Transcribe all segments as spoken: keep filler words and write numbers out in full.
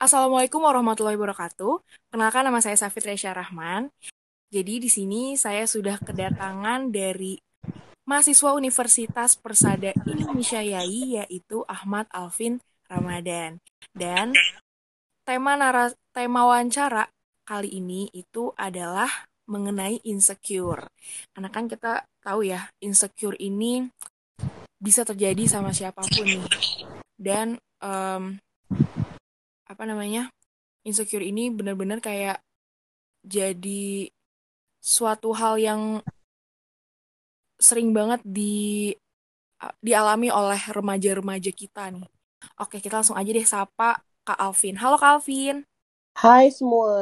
Assalamualaikum warahmatullahi wabarakatuh. Kenalkan nama saya Safit Resya Rahman. Jadi di sini saya sudah kedatangan dari mahasiswa Universitas Persada Indonesia Y A I yaitu Ahmad Alvin Ramadan. Dan tema nara tema wawancara kali ini itu adalah mengenai insecure. Karena kan kita tahu ya, insecure ini bisa terjadi sama siapapun nih. Dan em, apa namanya? Insecure ini benar-benar kayak jadi suatu hal yang sering banget di dialami oleh remaja-remaja kita nih. Oke, kita langsung aja deh sapa Kak Alvin. Halo Kak Alvin. Hai semua,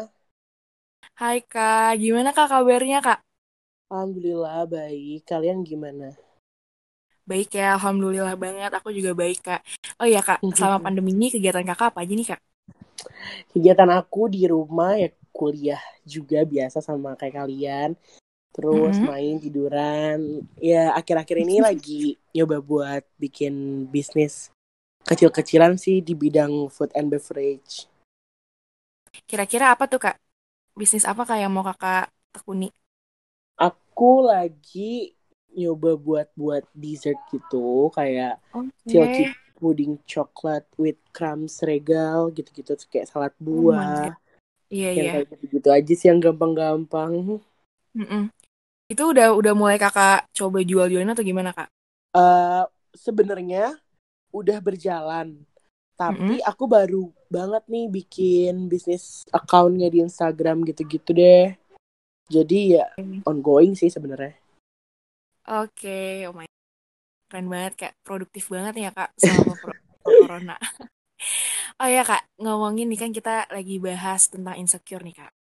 Hai Kak, gimana Kak kabarnya Kak? Alhamdulillah baik. Kalian gimana? Baik ya, Alhamdulillah banget. Aku juga baik Kak. Oh iya Kak, selama pandemi ini kegiatan Kakak apa aja nih Kak? Kegiatan aku di rumah ya kuliah juga biasa sama kayak kalian. Terus Mm-mm. main tiduran. Ya akhir-akhir ini lagi nyoba buat bikin bisnis kecil-kecilan sih di bidang food and beverage. Kira-kira apa tuh Kak? Bisnis apa Kak yang mau Kakak tekuni? Aku lagi nyoba buat buat dessert gitu kayak silky Oke. pudding coklat with crumbs regal gitu-gitu kayak salad Oh my God. buah. Iya, Yang iya. kayak gitu-gitu aja sih yang gampang-gampang. Mm-mm. Itu udah udah mulai Kakak coba jual-jualin atau gimana Kak? Uh, Sebenarnya udah berjalan, tapi Mm-mm. aku baru banget nih bikin bisnis account-nya di Instagram gitu-gitu deh. Jadi ya ongoing sih sebenarnya. Oke, oh my, keren banget Kak. Produktif banget ya Kak selama pro- corona. Oh ya Kak, ngomongin nih kan kita lagi bahas tentang insecure nih Kak.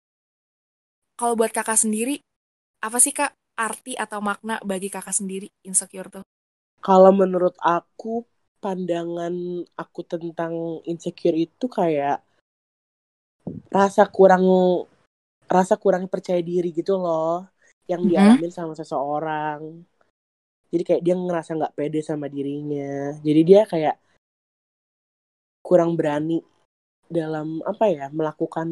Kalau buat Kakak sendiri, apa sih Kak arti atau makna bagi Kakak sendiri insecure tuh? Kalau menurut aku, pandangan aku tentang insecure itu kayak rasa kurang rasa kurang percaya diri gitu loh yang Mm-mm. dialamin sama seseorang. Jadi kayak dia ngerasa nggak pede sama dirinya. Jadi dia kayak kurang berani dalam apa ya melakukan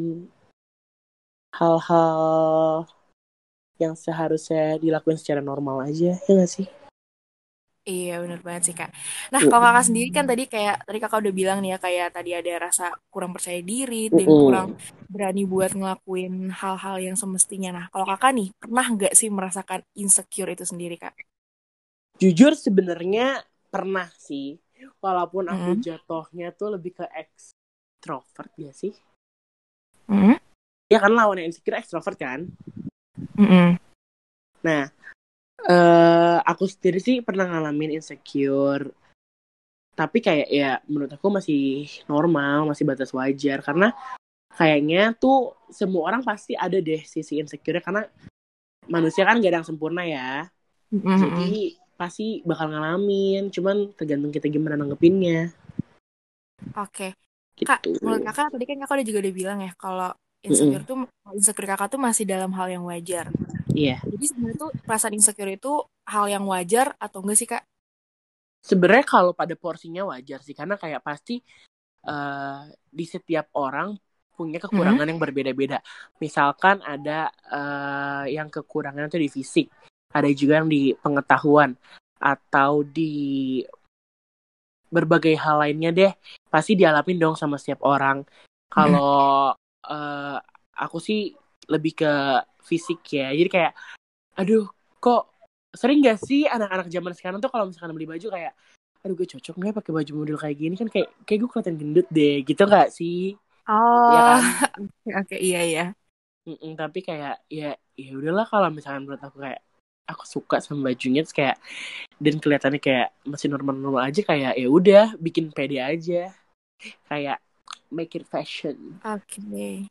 hal-hal yang seharusnya dilakukan secara normal aja, ya nggak sih? Iya bener banget sih Kak. Nah kalau Mm-mm. Kakak sendiri kan tadi kayak, tadi Kakak udah bilang nih ya, kayak tadi ada rasa kurang percaya diri dan kurang Mm-mm. berani buat ngelakuin hal-hal yang semestinya. Nah kalau Kakak nih, pernah nggak sih merasakan insecure itu sendiri Kak? Jujur sebenarnya pernah sih, walaupun aku Mm-mm. jatuhnya tuh lebih ke extrovert ya sih. Mm-mm. Ya kan lawannya insecure extrovert kan. Mm-mm. Nah, eh aku sendiri sih pernah ngalamin insecure, tapi kayak ya menurut aku masih normal, masih batas wajar karena kayaknya tuh semua orang pasti ada deh sisi insecure karena manusia kan gak ada yang sempurna ya. Mm-mm. Jadi pasti bakal ngalamin, cuman tergantung kita gimana nanggepinnya Oke. Kak, gitu. menurut Kakak tadi kan Kakak udah juga udah bilang ya kalau insecure Mm-mm. tuh insecure Kakak tuh masih dalam hal yang wajar. Iya. Jadi sebenarnya tuh perasaan insecure itu hal yang wajar atau enggak sih Kak? Sebenarnya kalau pada porsinya wajar sih karena kayak pasti uh, di setiap orang punya Mm-mm. kekurangan yang berbeda-beda. Misalkan ada uh, yang kekurangan itu di fisik, ada juga yang di pengetahuan atau di berbagai hal lainnya deh. Pasti dialamin dong sama setiap orang. Mm-mm. Kalau uh, aku sih lebih ke fisik ya. Jadi kayak, aduh, kok sering gak sih anak-anak zaman sekarang tuh kalau misalkan beli baju kayak, aduh gue cocok nggak pakai baju model kayak gini kan kayak kayak gue kelihatan gendut deh, gitu nggak sih? Iya Oh, kan? oke oke, iya iya. Mm-mm, tapi kayak ya ya udahlah kalau misalkan menurut aku kayak aku suka sama bajunya terus kayak dan kelihatannya kayak masih normal-normal aja kayak ya udah bikin pede aja kayak make it fashion. Oke.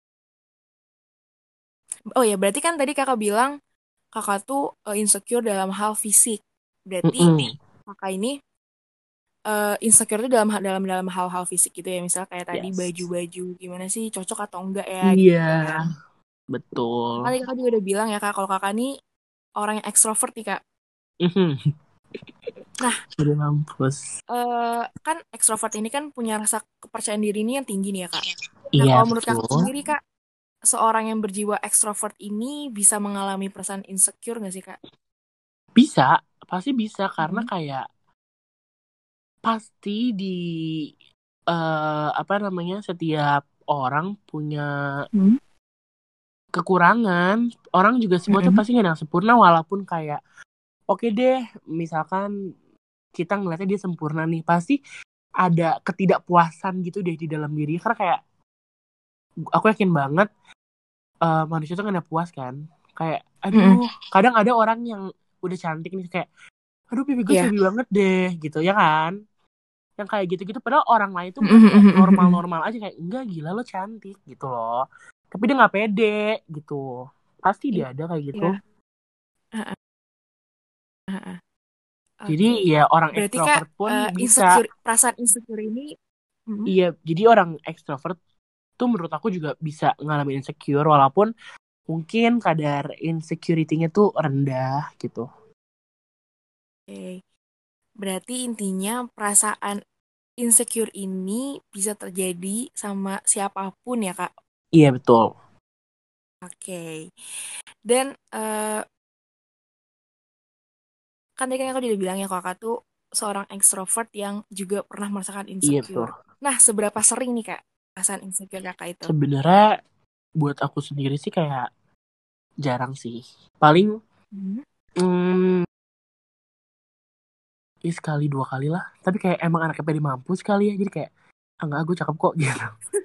Oh ya, berarti kan tadi Kakak bilang Kakak tuh eh, insecure dalam hal fisik. Berarti Mm-mm. Kakak ini eh, insecure tuh dalam dalam dalam hal-hal fisik gitu ya. Misal kayak tadi Yes. baju-baju gimana sih cocok atau enggak ya Iya, gitu kan. Nah, betul. tadi Kakak juga udah bilang ya Kak kalau Kakak nih orang yang ekstrovert nih Kak. Mhm. Nah, Udah mampus. eh, kan ekstrovert ini kan punya rasa kepercayaan diri ini yang tinggi nih ya Kak. Nah, Iya kalau menurut Kakak betul. sendiri Kak, seorang yang berjiwa ekstrovert ini bisa mengalami perasaan insecure nggak sih Kak? Bisa, pasti bisa karena Hmm. kayak pasti di eh apa namanya setiap orang punya Hmm. kekurangan. Orang juga semua tuh Mm-mm. pasti nggak ada yang sempurna walaupun kayak oke deh, misalkan kita ngeliatnya dia sempurna nih, pasti ada ketidakpuasan gitu deh di dalam diri. Karena kayak aku yakin banget eh, manusia tuh gak ada puas kan. Kayak Mm-mm. aduh, kadang ada orang yang udah cantik nih kayak aduh pipi gue Iya. chubby banget deh gitu ya kan. Yang kayak gitu-gitu padahal orang lain tuh ngeliatnya kayak Mm-mm. normal-normal aja kayak enggak gila lo cantik gitu loh. Tapi dia nggak pede gitu. Pasti dia Iya. ada kayak gitu. Iya. Ah, ah, ah, ah. Jadi Oke. ya orang Berarti Kak, ekstrovert pun eh, bisa. insecure, perasaan insecure ini, mm, Iya, jadi orang ekstrovert tuh menurut aku juga bisa ngalamin insecure walaupun mungkin kadar insecurity-nya tuh rendah gitu. oke. Berarti intinya perasaan insecure ini bisa terjadi sama siapapun ya Kak. Iya betul. Oke. Dan eh, kan tadi kan aku udah bilang ya kalau Kakak tuh seorang ekstrovert yang juga pernah merasakan Iya betul. insecure. Nah, seberapa sering nih Kak perasaan insecure Kakak itu? Sebenarnya buat aku sendiri sih kayak jarang sih. Paling Hmm. hmm, ya sekali dua kali lah. Tapi kayak emang anaknya pede mampus kali ya. Jadi kayak ah, enggak gue cakep kok gitu.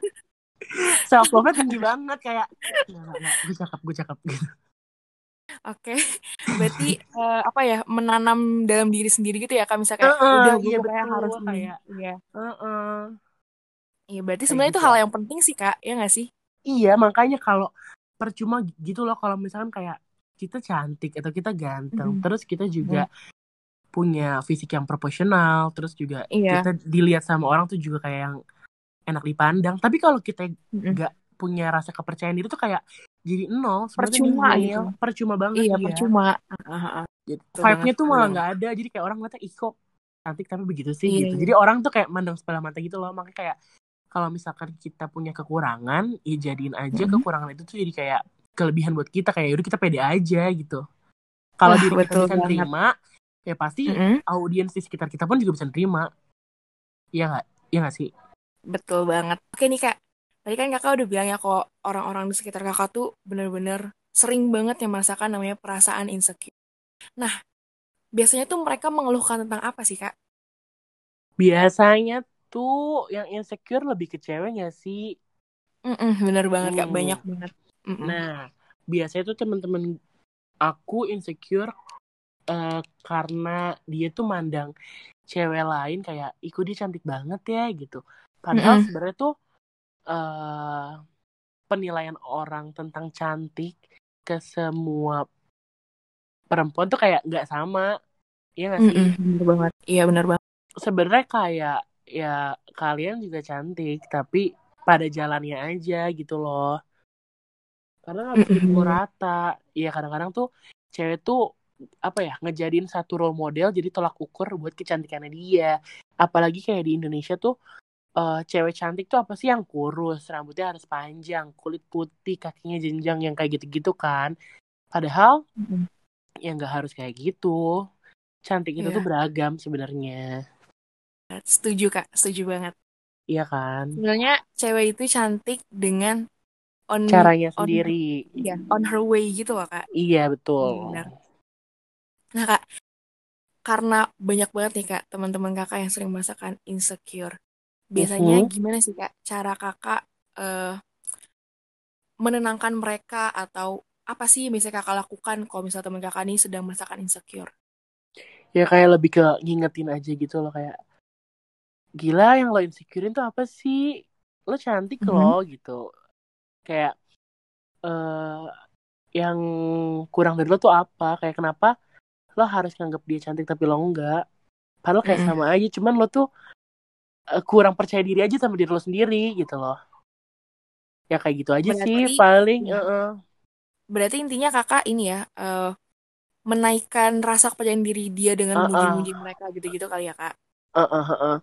Self love tinggi banget kayak enggak enggak enggak gue cakep gue cakep gitu. Oke, berarti eh, apa ya menanam dalam diri sendiri gitu ya Kak, misalnya kayak Heeh, udah gue iya pokoknya betul harus ini. kayak Iya. heeh, Iya, berarti kayak sebenarnya itu gitu. hal yang penting sih Kak, ya nggak sih? Iya, makanya kalau percuma gitu loh kalau misalkan kayak kita cantik atau kita ganteng, Mm-mm. terus kita juga Mm-mm. punya fisik yang proporsional, terus juga Iya. kita dilihat sama orang tuh juga kayak yang enak dipandang. Tapi kalau kita Mm-mm. nggak punya rasa kepercayaan diri tuh kayak jadi nol, sebenarnya Percuma nihil, gitu. percuma banget Iya, iya. percuma. Ah, ah, ah. Jadi Betul banget, vibe-nya tuh betul malah banget. nggak ada, jadi kayak orang ngeliatnya ih kok cantik tapi begitu sih Iya, gitu. iya. Jadi orang tuh kayak mandang sebelah mata gitu loh, makanya kayak kalau misalkan kita punya kekurangan, ya jadiin aja Mm-mm. kekurangan itu tuh jadi kayak kelebihan buat kita kayak udah kita pede aja gitu. Kalau Wah, diri kita betul bisa banget. nerima, ya pasti Mm-mm. audiens di sekitar kita pun juga bisa nerima. Iya nggak? Iya nggak sih? Betul banget. Oke nih Kak, tadi kan Kakak udah bilang ya kok orang-orang di sekitar Kakak tuh bener-bener sering banget yang merasakan namanya perasaan insecure. Nah, biasanya tuh mereka mengeluhkan tentang apa sih Kak? Biasanya tuh yang insecure lebih ke cewek nggak sih? Mm-mm, bener banget Kak, Hmm. banyak banget. Mm-mm. Nah, biasanya tuh temen-temen aku insecure eh, karena dia tuh mandang cewek lain kayak, ih kok dia cantik banget ya gitu. Padahal Mm-mm. sebenarnya tuh eh penilaian orang tentang cantik ke semua perempuan tuh kayak nggak sama, iya nggak sih? Mm-mm, bener banget. Iya bener banget. Sebenarnya kayak ya kalian juga cantik, tapi pada jalannya aja gitu loh. Karena nggak bisa Mm-mm, dipukul bener. rata. Iya kadang-kadang tuh cewek tuh apa ya ngejadiin satu role model jadi tolak ukur buat kecantikannya dia. Apalagi kayak di Indonesia tuh eh, cewek cantik tuh apa sih yang kurus, rambutnya harus panjang, kulit putih, kakinya jenjang yang kayak gitu-gitu kan. Padahal Mm-mm. ya nggak harus kayak gitu. Cantik itu tuh Iya, beragam sebenarnya. setuju Kak, setuju banget. Iya kan? Sebenarnya cewek itu cantik dengan on Caranya on sendiri. ya on her way gitu loh Kak. Iya betul. Benar. Nah Kak, karena banyak banget nih Kak teman-teman Kakak yang sering merasakan insecure. Biasanya Mhm. gimana sih Kak cara Kakak eh, menenangkan mereka atau apa sih yang bisa Kakak lakukan kalau misalnya teman Kakak ini sedang merasakan insecure? Ya kayak lebih ke ngingetin aja gitu loh kayak gila yang lo insecurein tuh apa sih? Lo cantik Mhm. loh gitu. Kayak eh yang kurang dari lo tuh apa? Kayak kenapa lo harus nganggap dia cantik tapi lo enggak? Padahal kayak Mm-mm. sama aja, cuman lo tuh eh, kurang percaya diri aja sama diri lo sendiri gitu loh. Ya kayak gitu aja sih Berarti paling. ya, eh, eh. berarti intinya Kakak ini ya eh, menaikkan rasa kepercayaan diri dia dengan Uh-uh. muji-muji mereka gitu-gitu kali ya Kak. Uh-uh, uh-uh.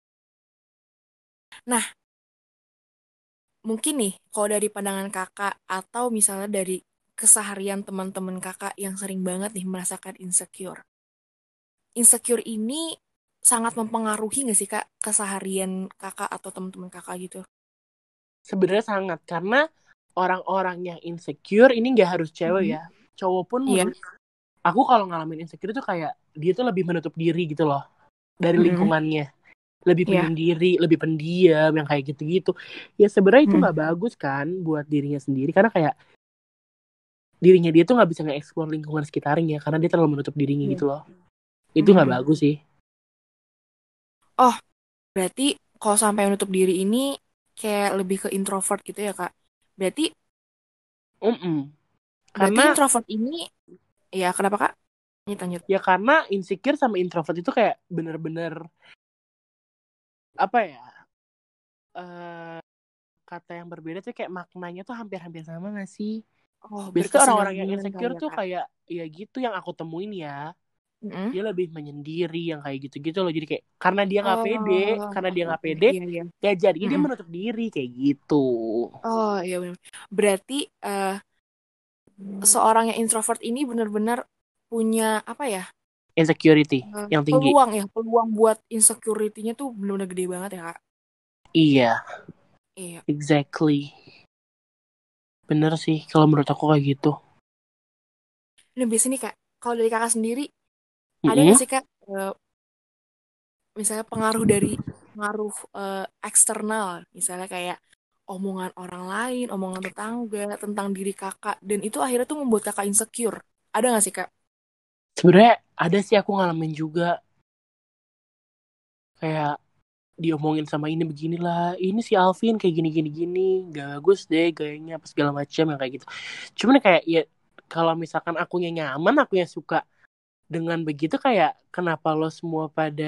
Nah, mungkin nih kalau dari pandangan Kakak atau misalnya dari keseharian teman-teman Kakak yang sering banget nih merasakan insecure. Insecure ini sangat mempengaruhi nggak sih Kak keseharian Kakak atau teman-teman Kakak gitu? Sebenarnya sangat, karena orang-orang yang insecure ini nggak harus cewek Mhm. ya, cowok pun Iya. menurut aku kalau ngalamin insecure itu kayak dia tuh lebih menutup diri gitu loh dari Mhm. lingkungannya, lebih Iya. penyendiri, lebih pendiam, yang kayak gitu-gitu. Ya sebenarnya itu Mhm. nggak bagus kan buat dirinya sendiri, karena kayak dirinya dia tuh nggak bisa nge-explore lingkungan sekitarnya karena dia terlalu menutup dirinya Iya. gitu loh. Itu nggak Mhm. bagus sih. Oh, berarti kalau sampai menutup diri ini kayak lebih ke introvert gitu ya Kak? Berarti Mm-mm. berarti Karena introvert ini ya kenapa Kak? Lanjut lanjut. ya karena insecure sama introvert itu kayak bener-bener apa ya, eh kata yang berbeda tuh kayak maknanya tuh hampir-hampir sama gak sih? Oh, Biasanya orang-orang yang berkesinambungan kali insecure ya tuh Kak? kayak ya gitu yang aku temuin ya. Mhm. Dia lebih menyendiri yang kayak gitu-gitu loh. Jadi kayak karena dia nggak pede, Oh, karena dia oke nggak oke. pede, Iya iya. ya jadinya dia Mhm. menutup diri kayak gitu. Oh iya benar. Berarti eh, seorang yang introvert ini benar-benar punya apa ya? Insecurity eh, yang tinggi. peluang ya, peluang buat insecurity-nya tuh benar-benar gede banget ya Kak? Iya, Iya. exactly. Bener sih kalau menurut aku kayak gitu. Nah biasanya nih Kak, kalau dari Kakak sendiri ada Mm-mm. nggak sih Kak eh, misalnya pengaruh dari pengaruh eh, eksternal, misalnya kayak omongan orang lain, omongan tetangga tentang diri kakak, dan itu akhirnya tuh membuat kakak insecure. Ada nggak sih kak? Sebenarnya ada sih aku ngalamin juga kayak diomongin sama ini beginilah, ini si Alvin kayak gini gini gini, gak bagus deh gayanya apa segala macam yang kayak gitu. Cuman kayak ya kalau misalkan akunya nyaman, akunya suka dengan begitu, kayak kenapa lo semua pada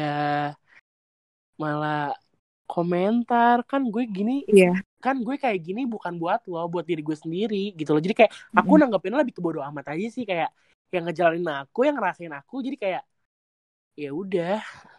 malah komentar, kan gue gini, Iya. kan gue kayak gini bukan buat lo, buat diri gue sendiri gitu loh. Jadi kayak aku Mm-mm. nanggepin lebih ke bodo amat aja sih, kayak yang ngejalanin aku, yang ngerasain aku, jadi kayak ya udah.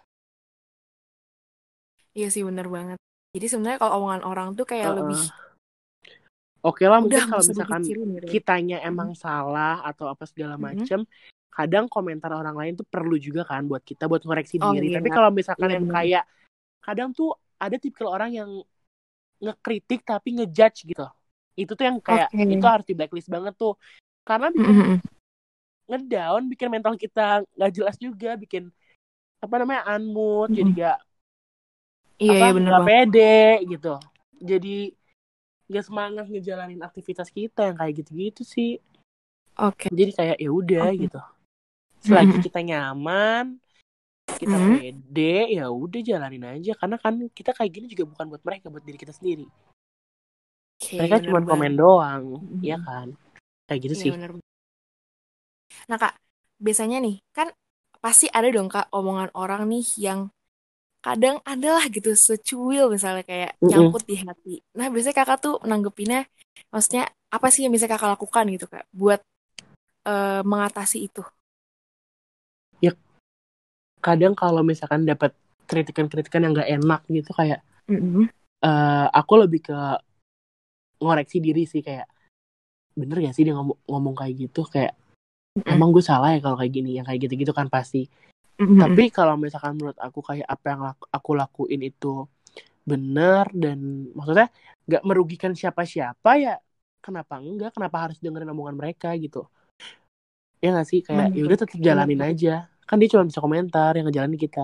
Iya sih bener banget. Jadi sebenarnya kalau omongan orang tuh kayak lebih Uh-uh. Oke lah, udah mungkin nggak kalau usah misalkan dipikirin gitu ya. kitanya Mm-mm. emang salah atau apa segala Mm-mm. macem, kadang komentar orang lain tuh perlu juga kan buat kita buat ngoreksi Oh diri. iya, Tapi kalau misalkan iya yang bener. kayak kadang tuh ada tipikal orang yang ngekritik tapi ngejudge gitu. Itu tuh yang kayak Oke. itu harus di blacklist banget tuh. Karena bikin Mm-mm. ngedown, bikin mental kita nggak jelas juga, bikin apa namanya unmood, jadi Mm-mm. gak Iya apa iya bener nggak banget. pede gitu. Jadi nggak semangat ngejalanin aktivitas kita yang kayak gitu-gitu sih. Oke. Jadi kayak ya udah Oke. gitu. Selagi Mm-mm. kita nyaman, kita Mm-mm. pede, ya udah jalanin aja. Karena kan kita kayak gini juga bukan buat mereka, buat diri kita sendiri. Oke Mereka bener cuma komen banget. doang, ya Mm-mm. kan? Kayak gitu Iya sih. bener. Nah kak, biasanya nih kan pasti ada dong kak omongan orang nih yang kadang adalah gitu secuil misalnya kayak Mm-mm. nyangkut di hati. Nah biasanya kakak tuh nanggepinnya, maksudnya apa sih yang bisa kakak lakukan gitu kak buat eh, mengatasi itu? Ya kadang kalau misalkan dapat kritikan-kritikan yang nggak enak gitu, kayak Mm-mm. eh, aku lebih ke ngoreksi diri sih, kayak bener gak sih dia ngomong, ngomong kayak gitu, kayak Mm-mm. emang gue salah ya kalau kayak gini, yang kayak gitu-gitu kan pasti. Mm-mm. Tapi kalau misalkan menurut aku kayak apa yang laku- aku lakuin itu bener dan maksudnya nggak merugikan siapa-siapa, ya kenapa enggak, kenapa harus dengerin omongan mereka gitu, ya nggak sih, kayak ya Bener, udah tetap bener jalanin banget. aja, kan dia cuma bisa komentar yang ngejalanin kita.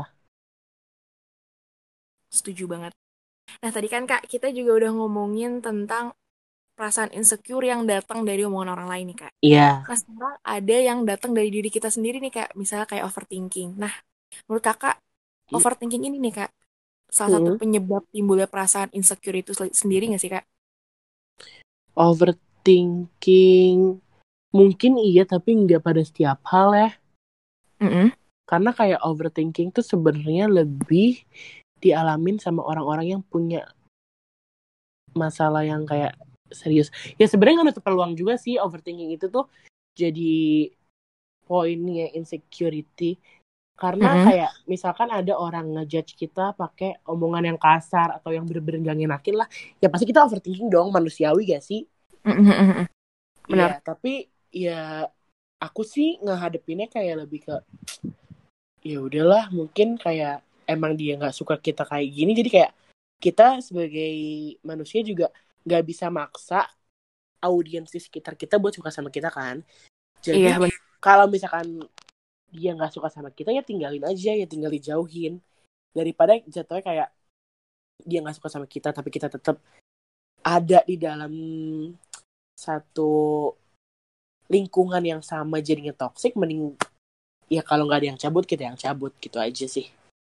Setuju banget. Nah tadi kan kak kita juga udah ngomongin tentang perasaan insecure yang datang dari omongan orang lain nih kak. Iya. Nah sekarang ada yang datang dari diri kita sendiri nih kak, misalnya kayak overthinking. Nah menurut kakak overthinking ini nih kak salah satu Mm-mm. penyebab timbulnya perasaan insecure itu sel- sendiri nggak sih kak? Overthinking mungkin iya, tapi nggak pada setiap hal ya, Mm-mm. karena kayak overthinking tuh sebenarnya lebih dialamin sama orang-orang yang punya masalah yang kayak serius. Ya sebenarnya nggak nutup peluang juga sih overthinking itu tuh jadi poinnya insecurity. Karena Mm-mm. kayak misalkan ada orang ngejudge kita pakai omongan yang kasar atau yang bener-bener gak ngenakin lah, ya pasti kita overthinking dong, manusiawi gak sih? Mm-mm. Iya, Benar. tapi ya aku sih ngehadepinnya kayak lebih ke ya udahlah, mungkin kayak emang dia nggak suka kita kayak gini, jadi kayak kita sebagai manusia juga nggak bisa maksa audiens di sekitar kita buat suka sama kita kan. Jadi Iya, benar. kalau misalkan dia nggak suka sama kita, ya tinggalin aja, ya tinggal dijauhin, daripada jatuhnya kayak dia nggak suka sama kita tapi kita tetap ada di dalam satu lingkungan yang sama jadinya toxic. Mending ya kalau nggak ada yang cabut, kita yang cabut, gitu aja sih.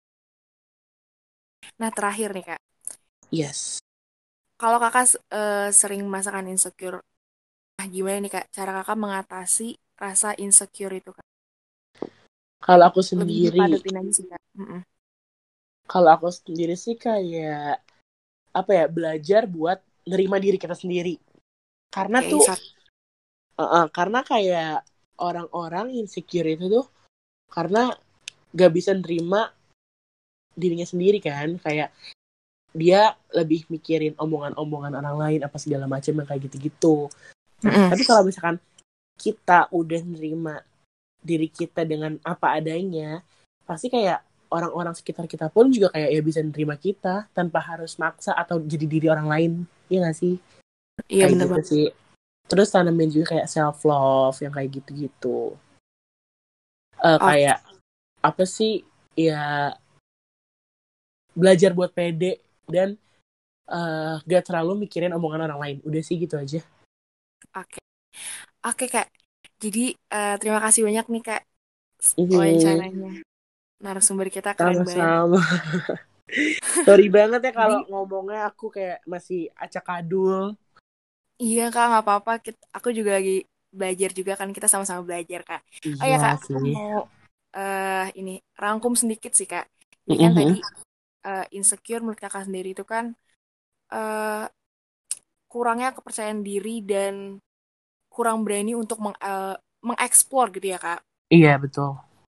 Nah, terakhir nih, Kak. Yes. Kalau Kakak uh, sering merasakan insecure, nah gimana nih, Kak, cara Kakak mengatasi rasa insecure itu, Kak? Kalau aku Lebih sendiri, dipadetin aja sih, Kak. Mm-mm. kalau aku sendiri sih kayak apa ya, belajar buat nerima diri kita sendiri. Karena Oke, tuh, satu. uh, uh, karena kayak orang-orang insecure itu tuh karena gak bisa nerima dirinya sendiri kan, kayak dia lebih mikirin omongan-omongan orang lain apa segala macam yang kayak gitu-gitu. Nah, Mm-mm. tapi kalau misalkan kita udah nerima diri kita dengan apa adanya, pasti kayak orang-orang sekitar kita pun juga kayak ya bisa nerima kita tanpa harus maksa atau jadi diri orang lain. Iya gak sih? Iya, Kayak bener gitu banget. sih. Terus tanamin juga kayak self love yang kayak gitu-gitu. Uh, Oke. kayak apa sih, ya belajar buat pede dan uh, gak terlalu mikirin omongan orang lain. Udah sih gitu aja. Oke. Oke, Kak. Jadi, uh, terima kasih banyak nih, Kak, Mhm. wawancaranya. Narasumber kita keren banget. Sama-sama. Sorry banget ya kalau Jadi, ngomongnya aku kayak masih acak adul. iya, Kak, nggak apa-apa. Kit- Aku juga lagi belajar juga kan. Kita sama-sama belajar, Kak. Oh ya, Iya Kak, aku sih. mau eh ini rangkum sedikit sih, Kak. Jadi kan tadi Mhm. eh, insecure menurut Kakak sendiri itu kan eh kurangnya kepercayaan diri dan kurang berani untuk meng, eh, mengeksplor gitu ya, Kak. Iya betul.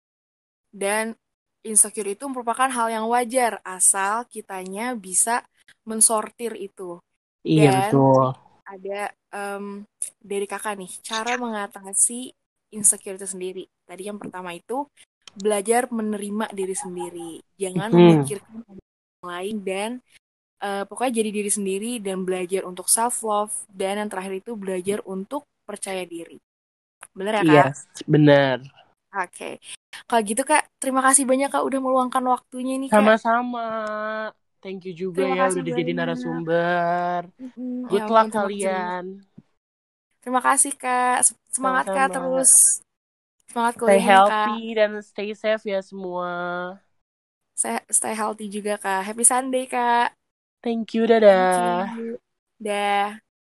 Dan insecure itu merupakan hal yang wajar asal kitanya bisa mensortir itu. Iya Dan betul. ada em, dari kakak nih, cara mengatasi insecure itu sendiri. Tadi yang pertama itu belajar menerima diri sendiri. Jangan Mhm. memikirkan orang lain dan eh, pokoknya jadi diri sendiri dan belajar untuk self love. Dan yang terakhir itu belajar untuk percaya diri. Bener ya, Iya, Kak? benar. Oke. Kalau gitu, Kak, terima kasih banyak, Kak, udah meluangkan waktunya nih, Kak. Sama-sama. Thank you juga Terima ya kasih udah dijadiin banyak. narasumber. Mm-mm, ya Good luck ampun, terima kasih banyak. kalian. Terima kasih, Kak. Semangat, Kak, Sama-sama. terus. Semangat Stay kuliahnya, Kak. healthy dan stay safe ya semua. Saya stay healthy juga, Kak. Happy Sunday, Kak. Thank you, Thank dadah. you. Dah.